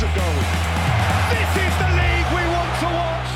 What a goal. This is the league we want to watch.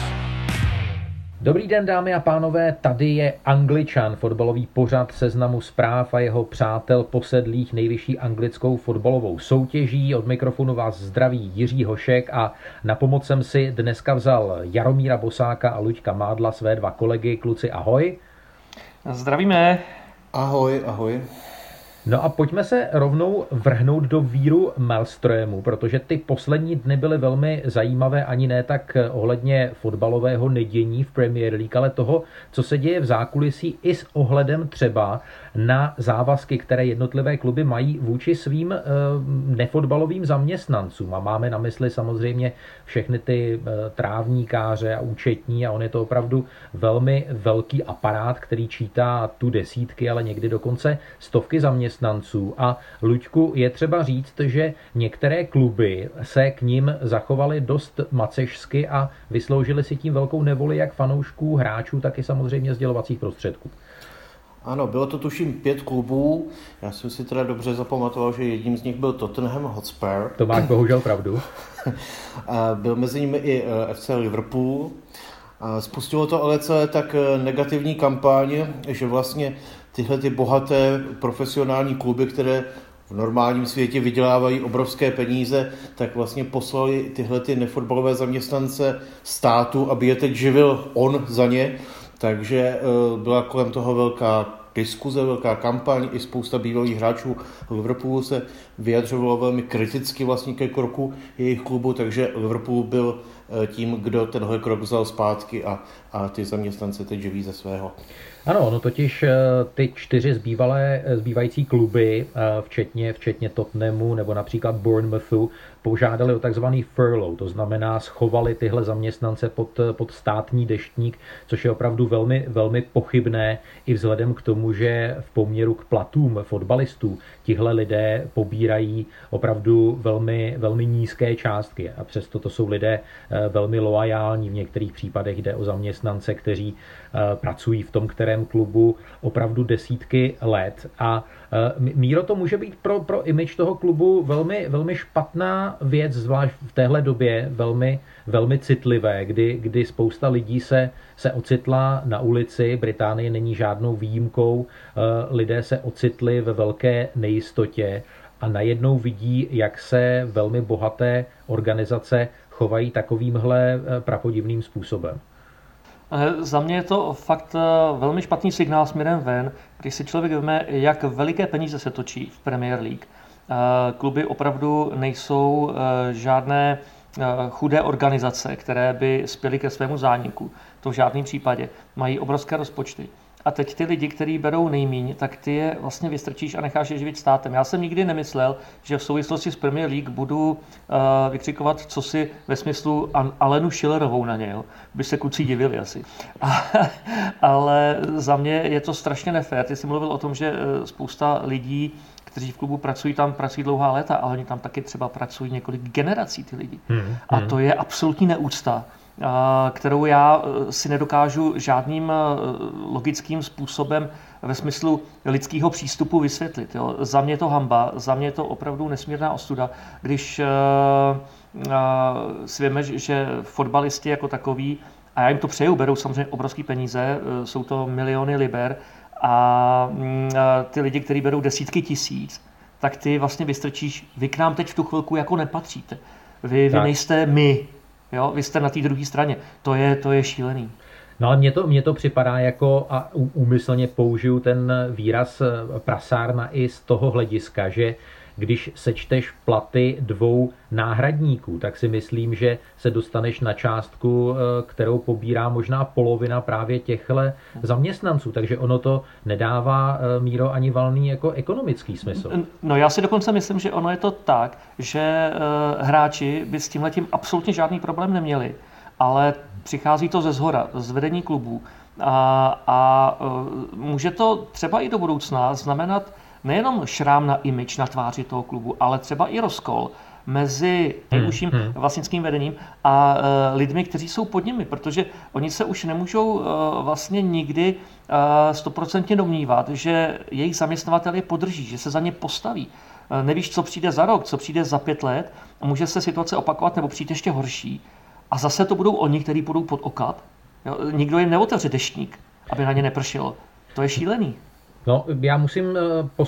Dobrý den, dámy a pánové, tady je Angličan, fotbalový pořad Seznamu zpráv a jeho přátel posedlých nejvyšší anglickou fotbalovou soutěží. Od mikrofonu vás zdraví Jiří Hošek a na pomoc jsem si dneska vzal Jaromíra Bosáka a Luďka Mádla, své dva kolegy. Kluci, ahoj. Zdravíme. Ahoj, ahoj. No a pojďme se rovnou vrhnout do víru Maelströmu, protože ty poslední dny byly velmi zajímavé, ani ne tak ohledně fotbalového nedění v Premier League, ale toho, co se děje v zákulisí i s ohledem třeba na závazky, které jednotlivé kluby mají vůči svým nefotbalovým zaměstnancům. A máme na mysli samozřejmě všechny ty trávníkáře a účetní a on je to opravdu velmi velký aparát, který čítá tu desítky, ale někdy dokonce stovky zaměstnanců. A Luďku, je třeba říct, že některé kluby se k nim zachovaly dost macešsky a vysloužili si tím velkou nevoli jak fanoušků, hráčů, tak i samozřejmě sdělovacích prostředků. Ano, bylo to tuším 5 klubů. Já jsem si teda dobře zapamatoval, že jedním z nich byl Tottenham Hotspur. To máš bohužel pravdu. Byl mezi nimi i FC Liverpool. Spustilo to ale celé tak negativní kampaň, že vlastně tyhle ty bohaté profesionální kluby, které v normálním světě vydělávají obrovské peníze, tak vlastně poslali tyhle ty nefotbalové zaměstnance státu, aby je teď živil on za ně. Takže byla kolem toho velká diskuze, velká kampaň, i spousta bývalých hráčů Liverpoolu se vyjadřovalo velmi kriticky vlastně ke kroku jejich klubu, takže Liverpool byl tím, kdo tenhle krok vzal zpátky a ty zaměstnance teď živí ze svého. Ano, no totiž ty 4 zbývající kluby, včetně Tottenhamu nebo například Bournemouthu, požádali o takzvaný furlough, to znamená schovali tyhle zaměstnance pod státní deštník, což je opravdu velmi, velmi pochybné i vzhledem k tomu, že v poměru k platům fotbalistů tihle lidé pobírají opravdu velmi, velmi nízké částky a přesto to jsou lidé velmi loajální, v některých případech jde o zaměstnance, kteří pracují v tom kterém klubu opravdu desítky let. A Míro, to může být pro image toho klubu velmi, velmi špatná věc, zvlášť v téhle době velmi, velmi citlivé, kdy spousta lidí se ocitla na ulici. Británie není žádnou výjimkou. Lidé se ocitli ve velké nejistotě a najednou vidí, jak se velmi bohaté organizace chovají takovýmhle prapodivným způsobem. Za mě je to fakt velmi špatný signál směrem ven, když si člověk veme, jak veliké peníze se točí v Premier League. Kluby opravdu nejsou žádné chudé organizace, které by spěly ke svému zániku. To v žádném případě. Mají obrovské rozpočty. A teď ty lidi, kteří berou nejmíň, tak ty je vlastně vystrčíš a necháš je živit státem. Já jsem nikdy nemyslel, že v souvislosti s Premier League budu vykřikovat cosi ve smyslu Alenu Schillerovou na něj. By se kluci divili asi. Ale za mě je to strašně nefér. Ty jsi mluvil o tom, že spousta lidí, kteří v klubu pracují, tam pracují dlouhá léta, ale oni tam taky třeba pracují několik generací ty lidi. A to je absolutní neúcta, kterou já si nedokážu žádným logickým způsobem ve smyslu lidského přístupu vysvětlit. Jo. Za mě je to hanba, za mě je to opravdu nesmírná ostuda, když si víme, že fotbalisti jako takový, a já jim to přeju, berou samozřejmě obrovské peníze, jsou to miliony liber, a ty lidi, kteří berou desítky tisíc, tak ty vlastně vystrčíš, vy k nám teď v tu chvilku jako nepatříte. Vy nejste my. Jo, vy jste na té druhé straně. To je šílený. No ale mně to připadá jako, a úmyslně použiju ten výraz prasárna i z toho hlediska, že když sečteš platy 2 náhradníků, tak si myslím, že se dostaneš na částku, kterou pobírá možná polovina právě těchto zaměstnanců. Takže ono to nedává, Míro, ani valný jako ekonomický smysl. No já si dokonce myslím, že ono je to tak, že hráči by s tímhletím absolutně žádný problém neměli, ale přichází to ze zhora, z vedení klubů. A může to třeba i do budoucna znamenat nejenom šrám na image na tváři toho klubu, ale třeba i rozkol mezi nejúžším vlastnickým vedením a lidmi, kteří jsou pod nimi, protože oni se už nemůžou vlastně nikdy 100% domnívat, že jejich zaměstnavatel je podrží, že se za ně postaví. Nevíš, co přijde za rok, co přijde za 5 let a může se situace opakovat nebo přijít ještě horší. A zase to budou oni, kteří budou pod okat. Jo, nikdo jim neotevře deštník, aby na ně nepršelo. To je šílený. No, já musím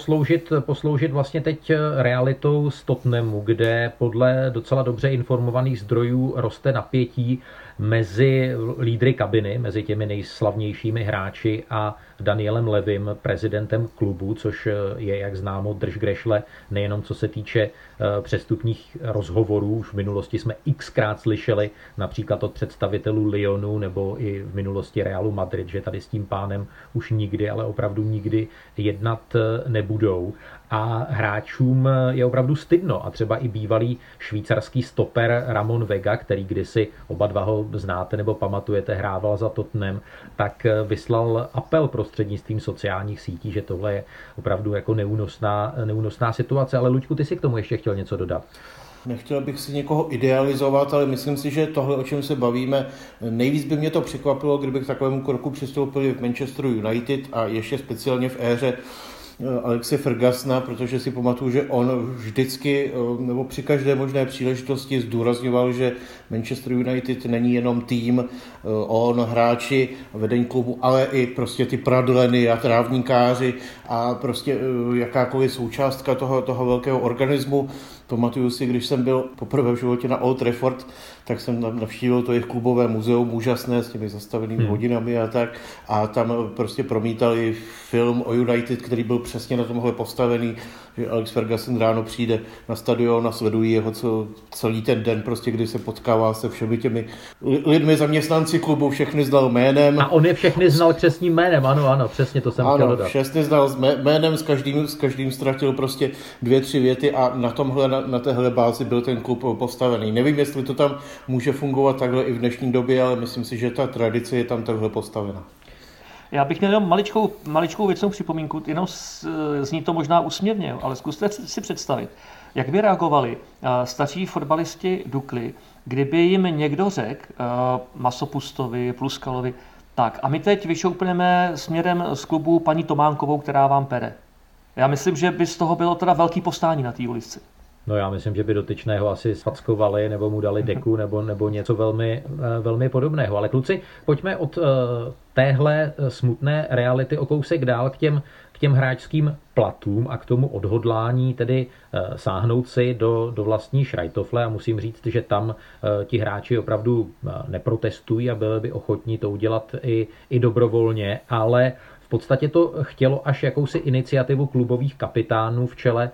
posloužit vlastně teď realitou z Tottenhamu, kde podle docela dobře informovaných zdrojů roste napětí mezi lídry kabiny, mezi těmi nejslavnějšími hráči a Danielem Levym, prezidentem klubu, což je, jak známo, drž grešle nejenom co se týče přestupních rozhovorů. Už v minulosti jsme xkrát slyšeli například od představitelů Lyonu nebo i v minulosti Realu Madrid, že tady s tím pánem už nikdy, ale opravdu nikdy jednat nebudou. A hráčům je opravdu stydno. A třeba i bývalý švýcarský stoper Ramon Vega, který kdysi oba dva ho znáte nebo pamatujete, hrával za Tottenham, tak vyslal apel prostřednictvím sociálních sítí, že tohle je opravdu jako neúnosná situace. Ale Luďku, ty si k tomu ještě chtěl něco dodat. Nechtěl bych si někoho idealizovat, ale myslím si, že tohle, o čem se bavíme, nejvíc by mě to překvapilo, kdyby k takovému kroku přistoupili v Manchesteru United a ještě speciálně v éře Alexe Fergusona, protože si pamatuju, že on vždycky nebo při každé možné příležitosti zdůrazňoval, že Manchester United není jenom tým, on, hráči, vedení klubu, ale i prostě ty pradleny a trávníkáři a prostě jakákoliv součástka toho velkého organismu. Pamatuju si, když jsem byl poprvé v životě na Old Trafford, tak jsem tam navštívil to jejich klubové muzeum, úžasné, s těmi zastavenými hodinami a tak. A tam prostě promítali film o United, který byl přesně na tomhle postavený, že Alex Ferguson ráno přijde na stadion a sledují jeho celý ten den, prostě, kdy se potkává se všemi těmi lidmi, zaměstnanci klubu, všechny znal jménem. A on je všechny znal křestním jménem, ano, přesně to jsem chtěl dodat. Všechny znal jménem, s každým ztratil prostě 2-3 věty a na téhle bázi byl ten klub postavený. Nevím, jestli to tam může fungovat takhle i v dnešní době, ale myslím si, že ta tradice je tam takhle postavena. Já bych měl jenom maličkou věcnou připomínku, jenom zní to možná úsměvně, ale zkuste si představit, jak by reagovali staří fotbalisti Dukly, kdyby jim někdo řekl, Masopustovi, Pluskalovi, tak a my teď vyšoupneme směrem z klubu paní Tománkovou, která vám pere. Já myslím, že by z toho bylo teda velký povstání na té ulici. No já myslím, že by dotyčného asi sfackovali nebo mu dali deku nebo něco velmi, velmi podobného. Ale kluci, pojďme od téhle smutné reality o kousek dál k těm hráčským platům a k tomu odhodlání tedy sáhnout si do vlastní šrajtofle a musím říct, že tam ti hráči opravdu neprotestují a byli by ochotní to udělat i dobrovolně, ale v podstatě to chtělo až jakousi iniciativu klubových kapitánů v čele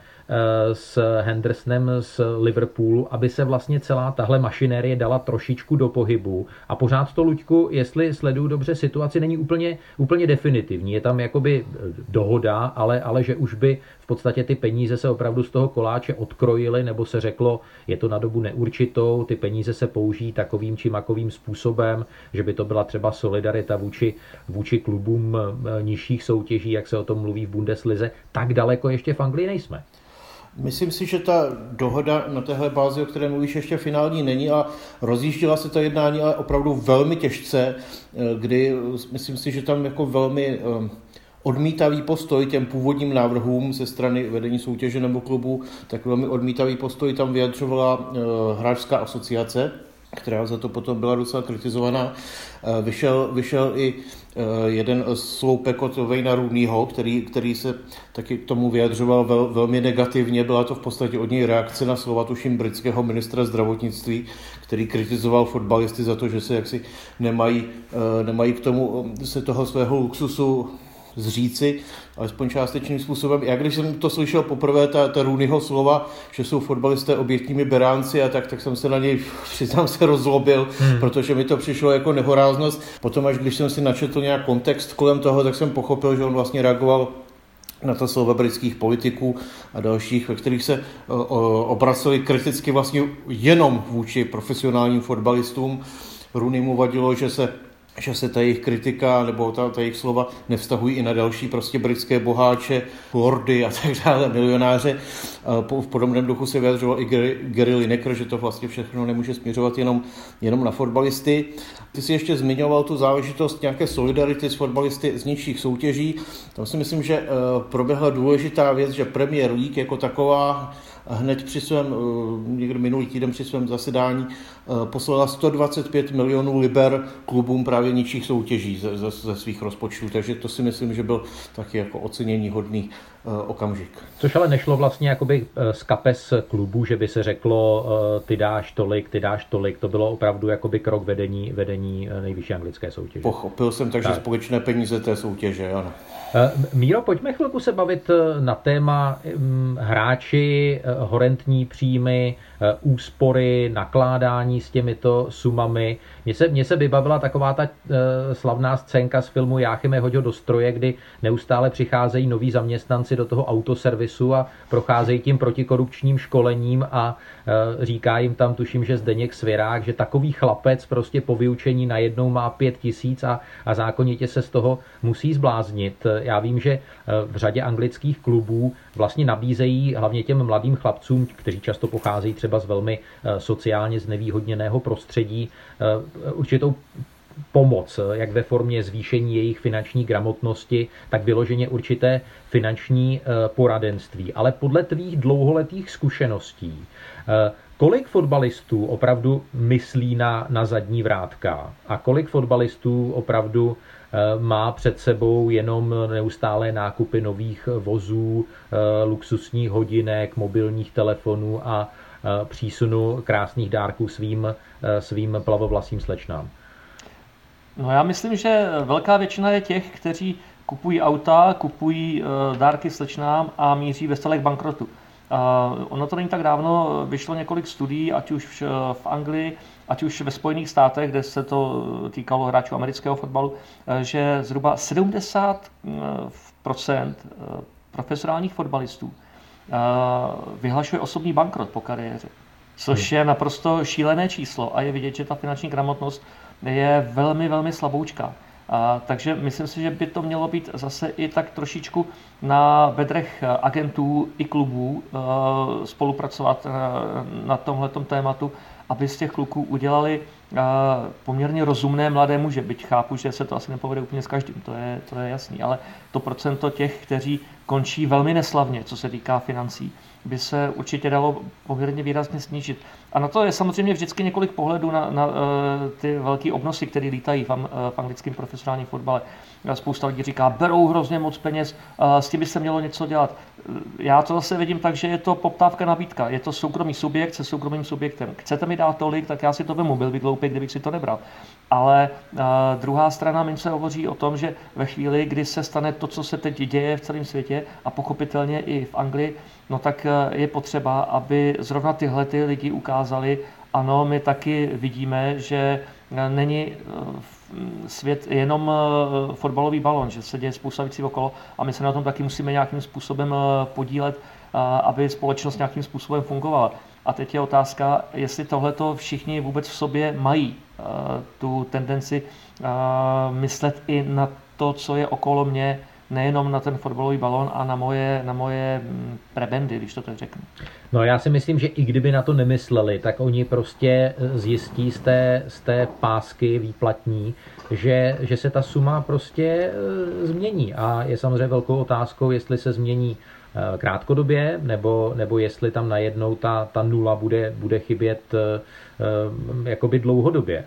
s Hendersonem z Liverpoolu, aby se vlastně celá tahle mašinérie dala trošičku do pohybu. A pořád to, Luďku, jestli sleduju dobře situaci, není úplně definitivní. Je tam jakoby dohoda, ale že už by v podstatě ty peníze se opravdu z toho koláče odkrojily, nebo se řeklo, je to na dobu neurčitou, ty peníze se použijí takovým či makovým způsobem, že by to byla třeba solidarita vůči klubům nižších soutěží, jak se o tom mluví v Bundeslize. Tak daleko ještě v Anglii nejsme. Myslím si, že ta dohoda na téhle bázi, o které mluvíš, ještě finální není a rozjížděla se to jednání, ale opravdu velmi těžce, kdy myslím si, že tam jako velmi odmítavý postoj těm původním návrhům ze strany vedení soutěže nebo klubu, tak velmi odmítavý postoj tam vyjadřovala hráčská asociace, která za to potom byla docela kritizovaná. Vyšel i jeden sloupek od Wayna Rooneyho, který se taky k tomu vyjadřoval velmi negativně. Byla to v podstatě od něj reakce na slova, tuším, britského ministra zdravotnictví, který kritizoval fotbalisty za to, že se jaksi nemají k tomu se toho svého luxusu zříci, alespoň částečným způsobem. Já když jsem to slyšel poprvé, ta Rooneyho slova, že jsou fotbalisté obětními beránci a tak jsem se na něj, přiznám se, rozlobil, protože mi to přišlo jako nehoráznost. Potom, až když jsem si načetl nějak kontext kolem toho, tak jsem pochopil, že on vlastně reagoval na ta slova britských politiků a dalších, ve kterých se obraceli kriticky vlastně jenom vůči profesionálním fotbalistům. Rooneymu vadilo, že se že se ta jejich kritika nebo ta jejich slova nevztahují i na další prostě britské boháče, lordy a tak dále, milionáře. V podobném duchu se vyjadřoval i Gary Lineker, že to vlastně všechno nemůže směřovat jenom na fotbalisty. Ty si ještě zmiňoval tu záležitost nějaké solidarity s fotbalisty z nižších soutěží. Tam si myslím, že proběhla důležitá věc, že Premier League jako taková hned při svém, někdy minulý týden při svém zasedání poslala 125 milionů liber klubům právě nižších soutěží ze svých rozpočtů, takže to si myslím, že byl taky jako ocenění hodný okamžik. Což ale nešlo vlastně jakoby z kapes klubů, že by se řeklo ty dáš tolik, to bylo opravdu jakoby krok vedení nejvyšší anglické soutěže. Pochopil jsem, takže společné peníze té soutěže, ano. Míro, pojďme chvilku se bavit na téma hráči, horentní příjmy, úspory, nakládání s těmito sumami. Mně se vybavila taková ta slavná scénka z filmu Jáchyme hoď ho do stroje, kdy neustále přicházejí noví zaměstnanci do toho autoservisu a procházejí tím protikorupčním školením a říká jim tam, tuším, že Zdeněk Svěrák, že takový chlapec prostě po vyučení najednou má 5 000 a zákonitě se z toho musí zbláznit. Já vím, že v řadě anglických klubů vlastně nabízejí hlavně těm mladým chlapcům, kteří často pocházejí třeba z velmi sociálně znevýhodněného prostředí, určitou pomoc, jak ve formě zvýšení jejich finanční gramotnosti, tak vyloženě určité finanční poradenství. Ale podle tvých dlouholetých zkušeností, kolik fotbalistů opravdu myslí na zadní vrátka a kolik fotbalistů opravdu má před sebou jenom neustálé nákupy nových vozů, luxusních hodinek, mobilních telefonů a přísunu krásných dárků svým plavovlasým slečnám? No já myslím, že velká většina je těch, kteří kupují auta, kupují dárky slečnám a míří vesele k bankrotu. Ono to není tak dávno, vyšlo několik studií, ať už v Anglii, ať už ve Spojených státech, kde se to týkalo hráčů amerického fotbalu, že zhruba 70% profesionálních fotbalistů vyhlašuje osobní bankrot po kariéře. Což je naprosto šílené číslo a je vidět, že ta finanční gramotnost je velmi, velmi slaboučká. Takže myslím si, že by to mělo být zase i tak trošičku na bedrech agentů i klubů spolupracovat na tomhletom tématu, aby z těch kluků udělali poměrně rozumné mladé muže, byť chápu, že se to asi nepovede úplně s každým, to je jasný, ale to procento těch, kteří končí velmi neslavně, co se týká financí, by se určitě dalo poměrně výrazně snížit. A na to je samozřejmě vždycky několik pohledů na ty velké obnosy, které lítají v anglickém profesionálním fotbale. Spousta lidí říká, berou hrozně moc peněz, s tím by se mělo něco dělat. Já to zase vidím tak, že je to poptávka nabídka. Je to soukromý subjekt se soukromým subjektem. Chcete mi dát tolik, tak já si to vemu. Byl bych hloupý, kdybych si to nebral. Ale druhá strana mince hovoří o tom, že ve chvíli, kdy se stane to, co se teď děje v celém světě a pochopitelně i v Anglii, no tak je potřeba, aby zrovna tyhle ty lidi ukázali, ano, my taky vidíme, že není svět jenom fotbalový balon, že se děje spousta věcí okolo a my se na tom taky musíme nějakým způsobem podílet, aby společnost nějakým způsobem fungovala. A teď je otázka, jestli tohleto všichni vůbec v sobě mají tu tendenci myslet i na to, co je okolo mě, nejenom na ten fotbalový balón a na moje prebendy, když to tak řeknu. No já si myslím, že i kdyby na to nemysleli, tak oni prostě zjistí z té pásky výplatní, že se ta suma prostě změní. A je samozřejmě velkou otázkou, jestli se změní krátkodobě, nebo jestli tam najednou ta nula bude chybět jakoby dlouhodobě.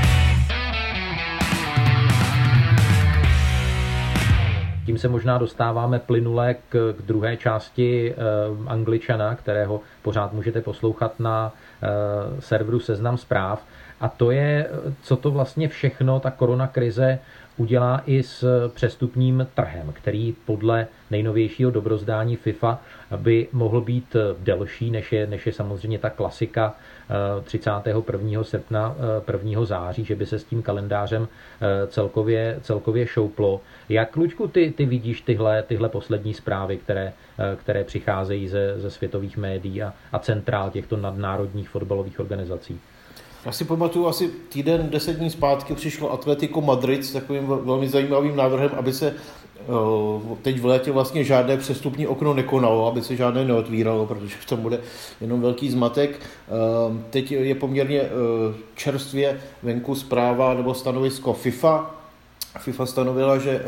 Tím se možná dostáváme plynule k druhé části Angličana, kterého pořád můžete poslouchat na serveru Seznam zpráv. A to je, co to vlastně všechno ta koronakrize udělá i s přestupním trhem, který podle nejnovějšího dobrozdání FIFA by mohl být delší, než je samozřejmě ta klasika 31. srpna, 1. září, že by se s tím kalendářem celkově šouplo. Jak, Luďku, ty vidíš tyhle poslední zprávy, které přicházejí ze světových médií a centrál těchto nadnárodních fotbalových organizací? Já si pamatuju, asi týden, 10 dní zpátky přišlo Atletico Madrid s takovým velmi zajímavým návrhem, aby se teď v létě vlastně žádné přestupní okno nekonalo, aby se žádné neotvíralo, protože v tom bude jenom velký zmatek. Teď je poměrně čerstvě venku zpráva nebo stanovisko FIFA. FIFA stanovila, že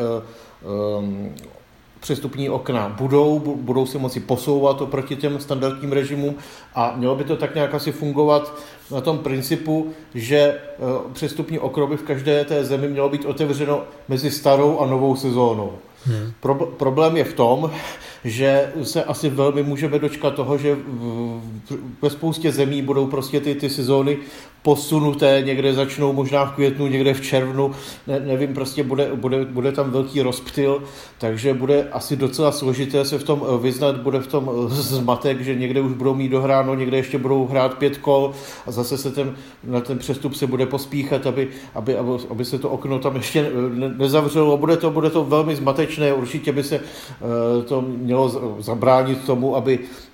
přestupní okna budou se moci posouvat oproti těm standardním režimům a mělo by to tak nějak asi fungovat na tom principu, že přestupní okno by v každé té zemi mělo být otevřeno mezi starou a novou sezónou. Problém je v tom, že se asi velmi můžeme dočkat toho, že ve spoustě zemí budou prostě ty sezóny posunuté, někde začnou možná v květnu, někde v červnu, nevím, prostě bude tam velký rozptyl, takže bude asi docela složité se v tom vyznat, bude v tom zmatek, že někde už budou mít dohráno, někde ještě budou hrát 5 kol a zase se na ten přestup se bude pospíchat, aby se to okno tam ještě nezavřelo. Bude to velmi zmatečné, určitě by se to mělo zabránit tomu, aby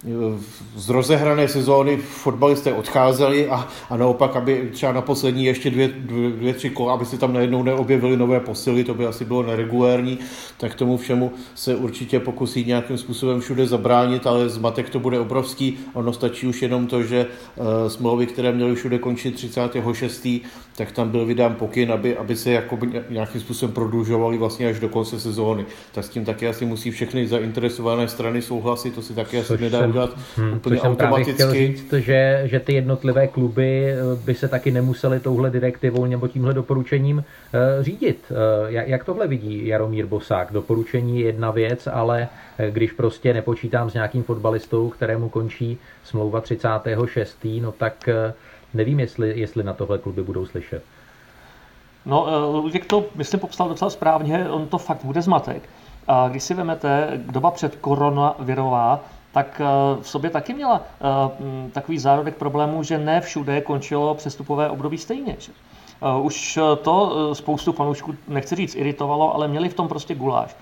z rozehrané sezóny fotbalisté odcházeli a naopak, aby třeba na poslední ještě 2-3 kola, aby se tam najednou neobjevily nové posily, to by asi bylo neregulérní, tak tomu všemu se určitě pokusí nějakým způsobem všude zabránit, ale zmatek to bude obrovský. Ono stačí už jenom to, že smlouvy, které měly všude končit 36., tak tam byl vydán pokyn, aby se jakoby nějakým způsobem prodlužovaly vlastně až do konce sezóny. Tak s tím taky asi musí všechny zainteresované strany souhlasit, to si taky asi nedá udělat úplně automaticky. Chtěl říct, že ty jednotlivé kluby by se taky nemuseli touhle direktivou nebo tímhle doporučením řídit. Jak tohle vidí Jaromír Bosák? Doporučení je jedna věc, ale když prostě nepočítám s nějakým fotbalistou, kterému končí smlouva 36., no tak nevím, jestli na tohle kluby budou slyšet. No, Luděk to, myslím, popsal docela správně, on to fakt bude zmatek. A když si vezmete, doba před koronavirová, tak v sobě taky měla takový zárodek problémů, že ne všude končilo přestupové období stejně. Už to spoustu fanoušků, nechci říct iritovalo, ale měli v tom prostě guláš.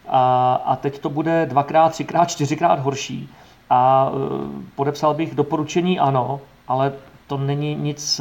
A teď to bude 2x, 3x, 4x horší. A podepsal bych doporučení ano, ale to není nic,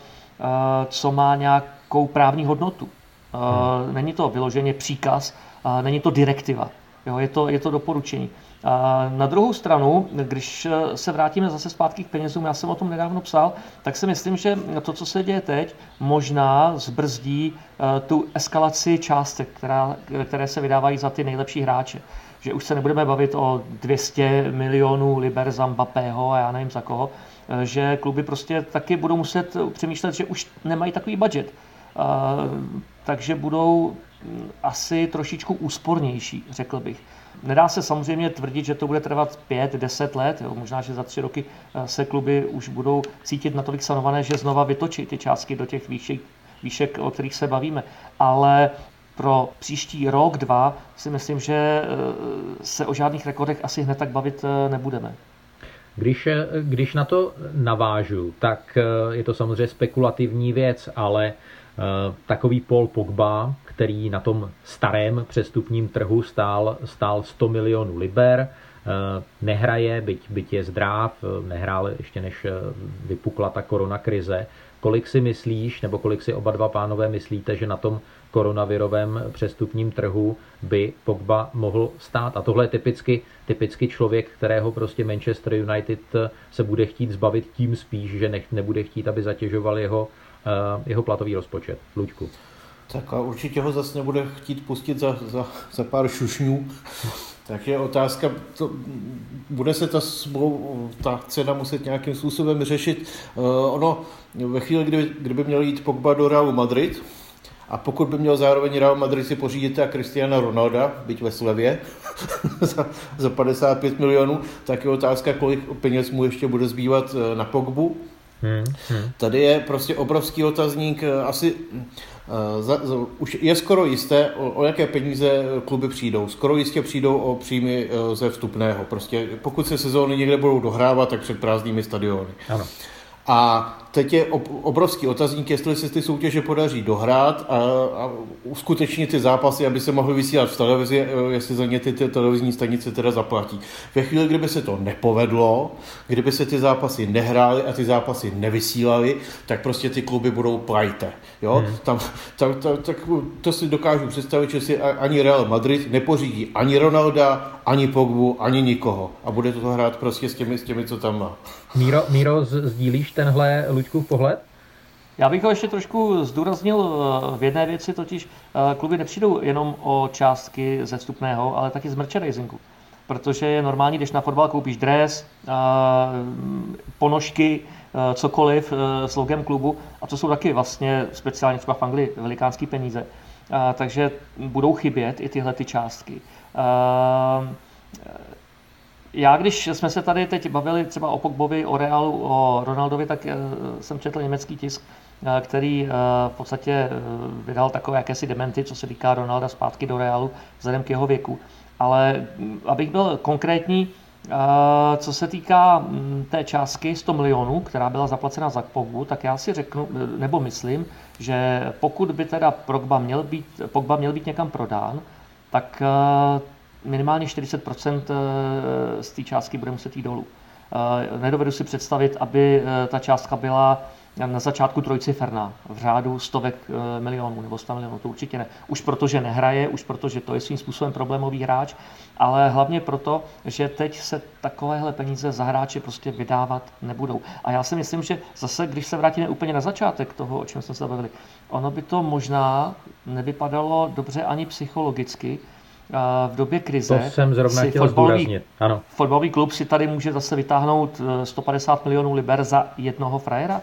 co má nějakou právní hodnotu. Není to vyloženě příkaz, není to direktiva. Jo, je to doporučení. Na druhou stranu, když se vrátíme zase zpátky k penězům, já jsem o tom nedávno psal, tak si myslím, že to, co se děje teď, možná zbrzdí tu eskalaci částek, které se vydávají za ty nejlepší hráče. Že už se nebudeme bavit o 200 milionů liber za Mbappého a já nevím za koho, že kluby prostě taky budou muset přemýšlet, že už nemají takový budget. Takže budou asi trošičku úspornější, řekl bych. Nedá se samozřejmě tvrdit, že to bude trvat 5-10 let, jo. Možná, že za 3 roky se kluby už budou cítit natolik sanované, že znova vytočí ty částky do těch výšek, o kterých se bavíme. Ale pro příští rok, 2 si myslím, že se o žádných rekordech asi hned tak bavit nebudeme. Když na to navážu, tak je to samozřejmě spekulativní věc, ale takový Paul Pogba, který na tom starém přestupním trhu stál 100 milionů liber, nehraje, byť je zdrav, nehrál ještě než vypukla ta koronakrize. Kolik si myslíš, nebo kolik si oba dva pánové myslíte, že na tom koronavirovém přestupním trhu by Pogba mohl stát? A tohle je typicky člověk, kterého prostě Manchester United se bude chtít zbavit tím spíš, že nebude chtít, aby zatěžoval jeho platový rozpočet. Luďku. Tak a určitě ho zase nebude chtít pustit za pár šušňů. Takže otázka, bude se ta cena muset nějakým způsobem řešit. Ono ve chvíli, kdyby měl jít Pogba do Realu Madrid, a pokud by měl zároveň Real Madrid si pořídit a Cristiana Ronalda, byť ve slevě, za 55 milionů, tak je otázka, kolik peněz mu ještě bude zbývat na Pogbu. Tady je prostě obrovský otazník. Asi už je skoro jisté, o jaké peníze kluby přijdou. Skoro jistě přijdou o příjmy ze vstupného. Prostě pokud se sezóny někde budou dohrávat, tak před prázdnými stadiony. Ano. A teď je obrovský otazník, jestli se ty soutěže podaří dohrát a uskutečnit ty zápasy, aby se mohly vysílat v televizi, jestli za ně ty televizní stanice teda zaplatí. Ve chvíli, kdyby se to nepovedlo, kdyby se ty zápasy nehrály a ty zápasy nevysílaly, tak prostě ty kluby budou plajte. Jo? Tak to si dokážu představit, že si ani Real Madrid nepořídí ani Ronalda, ani Pogbu, ani nikoho. A bude to hrát prostě s těmi, co tam má. Míro, sdílíš tenhle Luďkův pohled? Já bych ho ještě trošku zdůraznil v jedné věci, totiž kluby nepřijdou jenom o částky ze vstupného, ale taky z merchandisingu. Protože je normální, když na fotbal koupíš dres, ponožky, cokoliv s logem klubu, a to jsou taky vlastně speciálně třeba v Anglii velikánský peníze. Takže budou chybět i tyhle ty částky. Já, když jsme se tady teď bavili třeba o Pogbovi, o Realu, o Ronaldovi, tak jsem četl německý tisk, který v podstatě vydal takové jakési dementy, co se týká Ronalda zpátky do Realu, vzhledem k jeho věku. Ale abych byl konkrétní, co se týká té částky 100 milionů, která byla zaplacena za Pogbu, tak já si řeknu, nebo myslím, že pokud by teda Pogba měl být někam prodán, tak minimálně 40% z té částky bude muset jít dolů. Nedovedu si představit, aby ta částka byla na začátku trojciferná, v řádu stovek milionů nebo 100 milionů, to určitě ne. Už protože nehraje, už protože to je svým způsobem problémový hráč, ale hlavně proto, že teď se takovéhle peníze za hráče prostě vydávat nebudou. A já si myslím, že zase, když se vrátíme úplně na začátek toho, o čem jsme se bavili, ono by to možná nevypadalo dobře ani psychologicky. V době krize to jsem zrovna chtěl zdůraznit. Ano. Fotbalový klub si tady může zase vytáhnout 150 milionů liber za jednoho frajera.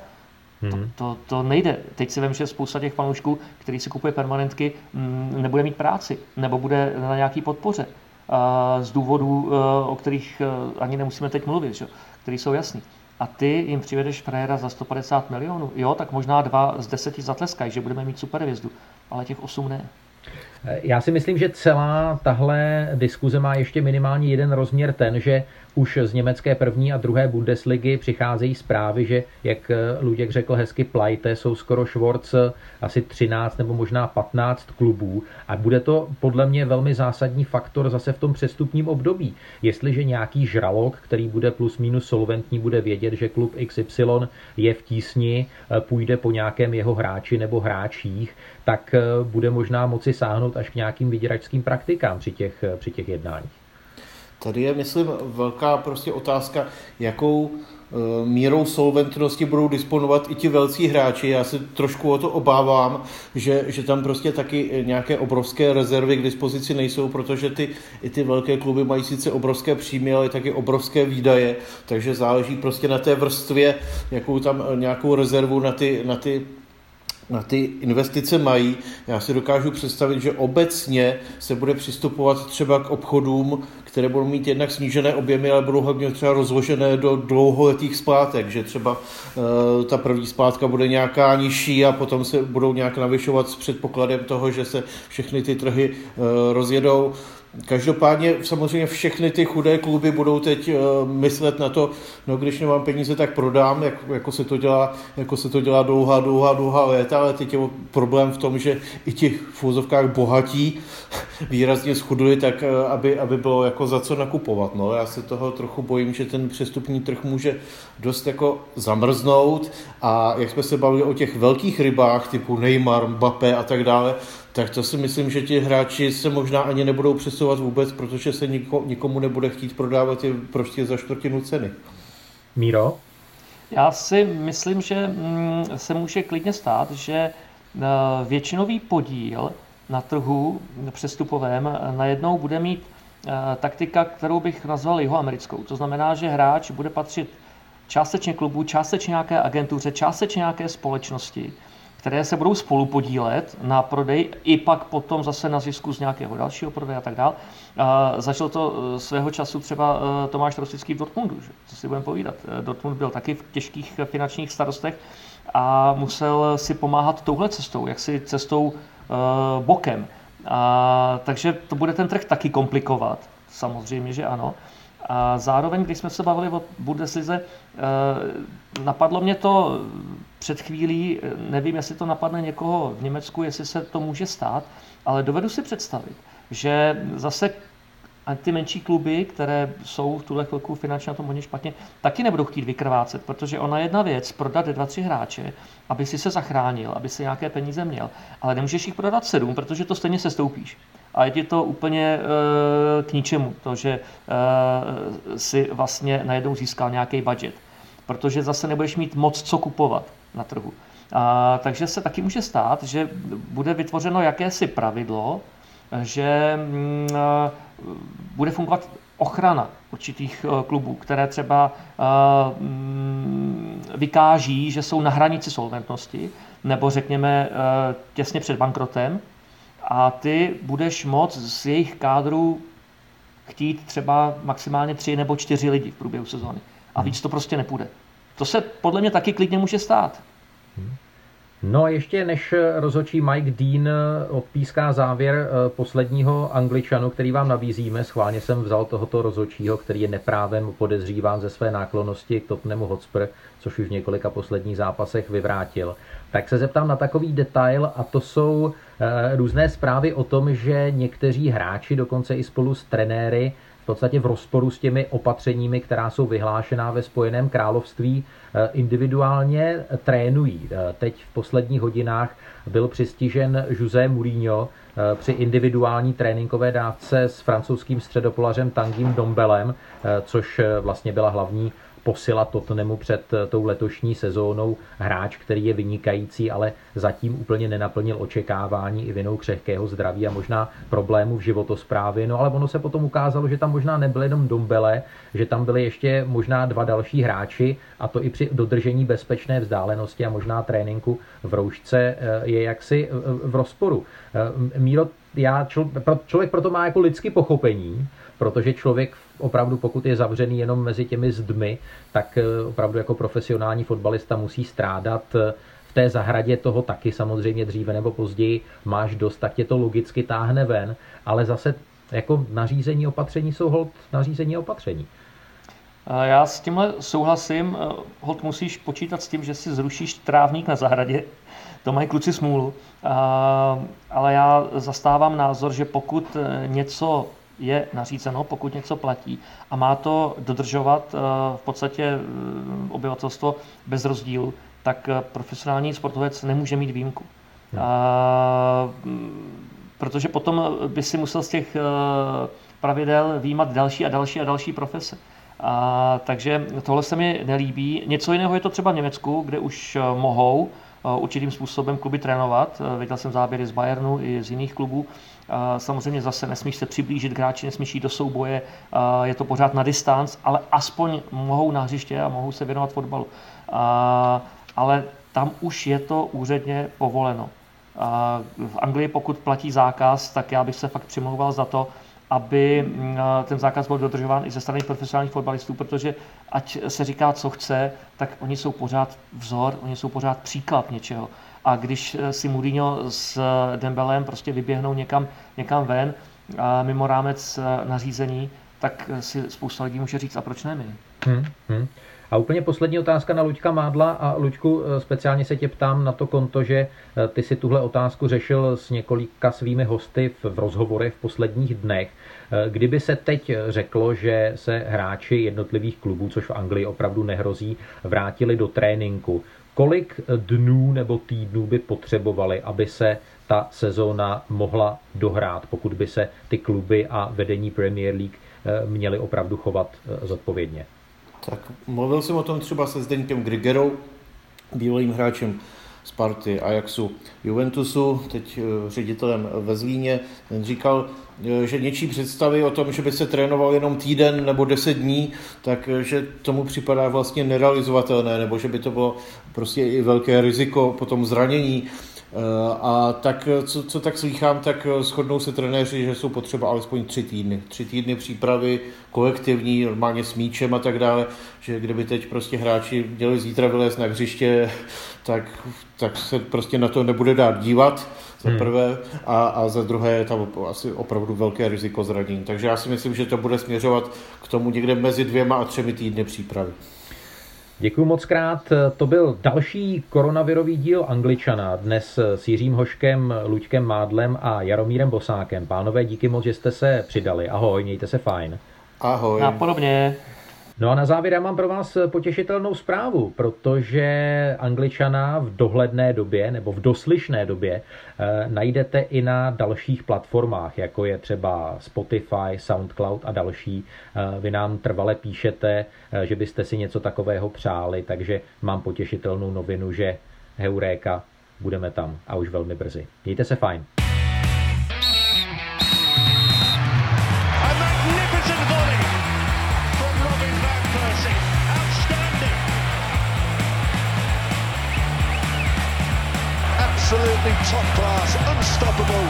To nejde. Teď si vím, že spousta těch fanoušků, který si kupuje permanentky, nebude mít práci, nebo bude na nějaký podpoře. Z důvodů, o kterých ani nemusíme teď mluvit, že? Který jsou jasný. A ty jim přivedeš frajera za 150 milionů. Jo, tak možná 2 z 10 zatleskají, že budeme mít super hvězdu, ale těch 8 ne. Já si myslím, že celá tahle diskuze má ještě minimálně jeden rozměr, ten, že už z německé první a druhé Bundesligy přicházejí zprávy, že, jak Luděk řekl hezky, plajte, jsou skoro Švorc asi 13 nebo možná 15 klubů a bude to podle mě velmi zásadní faktor zase v tom přestupním období. Jestliže nějaký žralok, který bude plus minus solventní, bude vědět, že klub XY je v tísni, půjde po nějakém jeho hráči nebo hráčích, tak bude možná moci sáhnout až k nějakým vyděračským praktikám při těch jednáních. Tady je, myslím, velká prostě otázka, jakou mírou solventnosti budou disponovat i ti velcí hráči. Já se trošku o to obávám, že tam prostě taky nějaké obrovské rezervy k dispozici nejsou, protože i ty velké kluby mají sice obrovské příjmy, ale taky obrovské výdaje, takže záleží prostě na té vrstvě, jakou tam nějakou rezervu na ty investice mají. Já si dokážu představit, že obecně se bude přistupovat třeba k obchodům, které budou mít jednak snížené objemy, ale budou hlavně třeba rozložené do dlouholetých splátek, že třeba ta první splátka bude nějaká nižší a potom se budou nějak navyšovat s předpokladem toho, že se všechny ty trhy rozjedou. Každopádně samozřejmě všechny ty chudé kluby budou teď myslet na to, no když nemám peníze, tak prodám, jako se to dělá dlouhá léta, ale teď je problém v tom, že i ti v úzovkách bohatí výrazně schudli, tak aby bylo jako za co nakupovat. No, já se toho trochu bojím, že ten přestupní trh může dost jako zamrznout a jak jsme se bavili o těch velkých rybách typu Neymar, Mbappé a tak dále, tak to si myslím, že ti hráči se možná ani nebudou přesouvat vůbec, protože se nikomu nebude chtít prodávat je prostě za čtvrtinu ceny. Míro? Já si myslím, že se může klidně stát, že většinový podíl na trhu přestupovém najednou bude mít taktika, kterou bych nazval jihoamerickou. To znamená, že hráč bude patřit částečně klubu, částečně nějaké agentuře, částečně nějaké společnosti, které se budou spolu podílet na prodej i pak potom zase na zisku z nějakého dalšího prodeje a tak dál. Začal to svého času třeba Tomáš Rosický v Dortmundu, že? Co si budeme povídat. Dortmund byl taky v těžkých finančních starostech a musel si pomáhat touhle cestou, jaksi cestou bokem. Takže to bude ten trh taky komplikovat, samozřejmě, že ano. A zároveň, když jsme se bavili o Bundeslize, napadlo mě to před chvílí, nevím, jestli to napadne někoho v Německu, jestli se to může stát, ale dovedu si představit, že zase ty menší kluby, které jsou v tuhle chvilku finančně na tom hodně špatně, taky nebudou chtít vykrvácet, protože ona jedna věc, prodat 2-3 hráče, aby si se zachránil, aby si nějaké peníze měl, ale nemůžeš jich prodat 7, protože to stejně sestoupíš. A je ti to úplně k ničemu, to, že si vlastně najednou získal nějaký budget, protože zase nebudeš mít moc co kupovat na trhu. Takže se taky může stát, že bude vytvořeno jakési pravidlo, že bude fungovat ochrana určitých klubů, které třeba vykáží, že jsou na hranici solventnosti, nebo řekněme těsně před bankrotem, a ty budeš moct z jejich kádru chtít třeba maximálně 3 nebo 4 lidi v průběhu sezóny. A víc to prostě nepůjde. To se podle mě taky klidně může stát. No a ještě než rozhodčí Mike Dean odpíská závěr posledního Angličanu, který vám nabízíme, schválně jsem vzal tohoto rozhodčího, který je neprávem podezříván ze své náklonnosti k Tottenhamu Hotspur, což už v několika posledních zápasech vyvrátil. Tak se zeptám na takový detail, a to jsou různé zprávy o tom, že někteří hráči, dokonce i spolu s trenéry, v podstatě v rozporu s těmi opatřeními, která jsou vyhlášená ve Spojeném království, individuálně trénují. Teď v posledních hodinách byl přistižen José Mourinho při individuální tréninkové dávce s francouzským středopolařem Tangim Ndombelem, což vlastně byla hlavní posila Tottenhamu před tou letošní sezónou. Hráč, který je vynikající, ale zatím úplně nenaplnil očekávání i vinou křehkého zdraví a možná problémů v životosprávě. No ale ono se potom ukázalo, že tam možná nebyl jenom Ndombele, že tam byli ještě možná 2 další hráči, a to i při dodržení bezpečné vzdálenosti a možná tréninku v roušce je jaksi v rozporu. Míro, člověk proto má jako lidský pochopení, protože člověk opravdu, pokud je zavřený jenom mezi těmi zdmi, tak opravdu jako profesionální fotbalista musí strádat. V té zahradě toho taky samozřejmě dříve nebo později máš dost, tak tě to logicky táhne ven, ale zase jako nařízení opatření jsou holt nařízení opatření. Já s tímhle souhlasím. Holt musíš počítat s tím, že si zrušíš trávník na zahradě. To mají kluci smůlu. Ale já zastávám názor, že pokud něco je nařízeno, pokud něco platí a má to dodržovat v podstatě obyvatelstvo bez rozdílu, tak profesionální sportovec nemůže mít výjimku. Protože potom by si musel z těch pravidel výjimat další a další a další profese. Takže tohle se mi nelíbí. Něco jiného je to třeba v Německu, kde už mohou určitým způsobem kluby trénovat. Viděl jsem záběry z Bayernu i z jiných klubů. Samozřejmě zase nesmíš se přiblížit k hráči, nesmíš jít do souboje, je to pořád na distanc, ale aspoň mohou na hřiště a mohou se věnovat fotbalu. Ale tam už je to úředně povoleno. V Anglii, pokud platí zákaz, tak já bych se fakt přimlouval za to, aby ten zákaz byl dodržován i ze strany profesionálních fotbalistů, protože ať se říká, co chce, tak oni jsou pořád vzor, oni jsou pořád příklad něčeho. A když si Mourinho s Dembelem prostě vyběhnou někam ven mimo rámec nařízení, tak si spousta lidí může říct, a proč ne my? A úplně poslední otázka na Luďka Mádla. A Luďku, speciálně se tě ptám na to konto, že ty si tuhle otázku řešil s několika svými hosty v rozhovorech v posledních dnech. Kdyby se teď řeklo, že se hráči jednotlivých klubů, což v Anglii opravdu nehrozí, vrátili do tréninku, kolik dnů nebo týdnů by potřebovali, aby se ta sezóna mohla dohrát, pokud by se ty kluby a vedení Premier League měly opravdu chovat zodpovědně? Tak mluvil jsem o tom třeba se Zdeňkem Grigerou, bývalým hráčem Sparty, Ajaxu, Juventusu, teď ředitelem ve Zlíně. Ten říkal, že něčí představy o tom, že by se trénoval jenom týden nebo 10 dní, takže tomu připadá vlastně nerealizovatelné, nebo že by to bylo prostě i velké riziko potom zranění. A tak, co tak slýchám, tak shodnou se trenéři, že jsou potřeba alespoň 3 týdny. 3 týdny přípravy kolektivní, normálně s míčem a tak dále, že kdyby teď prostě hráči měli zítra vylézt na hřiště, tak se prostě na to nebude dát dívat, za prvé, a za druhé je tam asi opravdu velké riziko zranění. Takže já si myslím, že to bude směřovat k tomu někde mezi 2 a 3 týdny přípravy. Děkuji moc krát. To byl další koronavirový díl Angličana. Dnes s Jiřím Hoškem, Luďkem Mádlem a Jaromírem Bosákem. Pánové, díky moc, že jste se přidali. Ahoj, mějte se fajn. Ahoj. A podobně. No a na závěr já mám pro vás potěšitelnou zprávu, protože Angličana v dohledné době nebo v doslyšné době najdete i na dalších platformách, jako je třeba Spotify, SoundCloud a další. Vy nám trvale píšete, že byste si něco takového přáli, takže mám potěšitelnou novinu, že heuréka, budeme tam a už velmi brzy. Mějte se fajn. Absolutely top class, unstoppable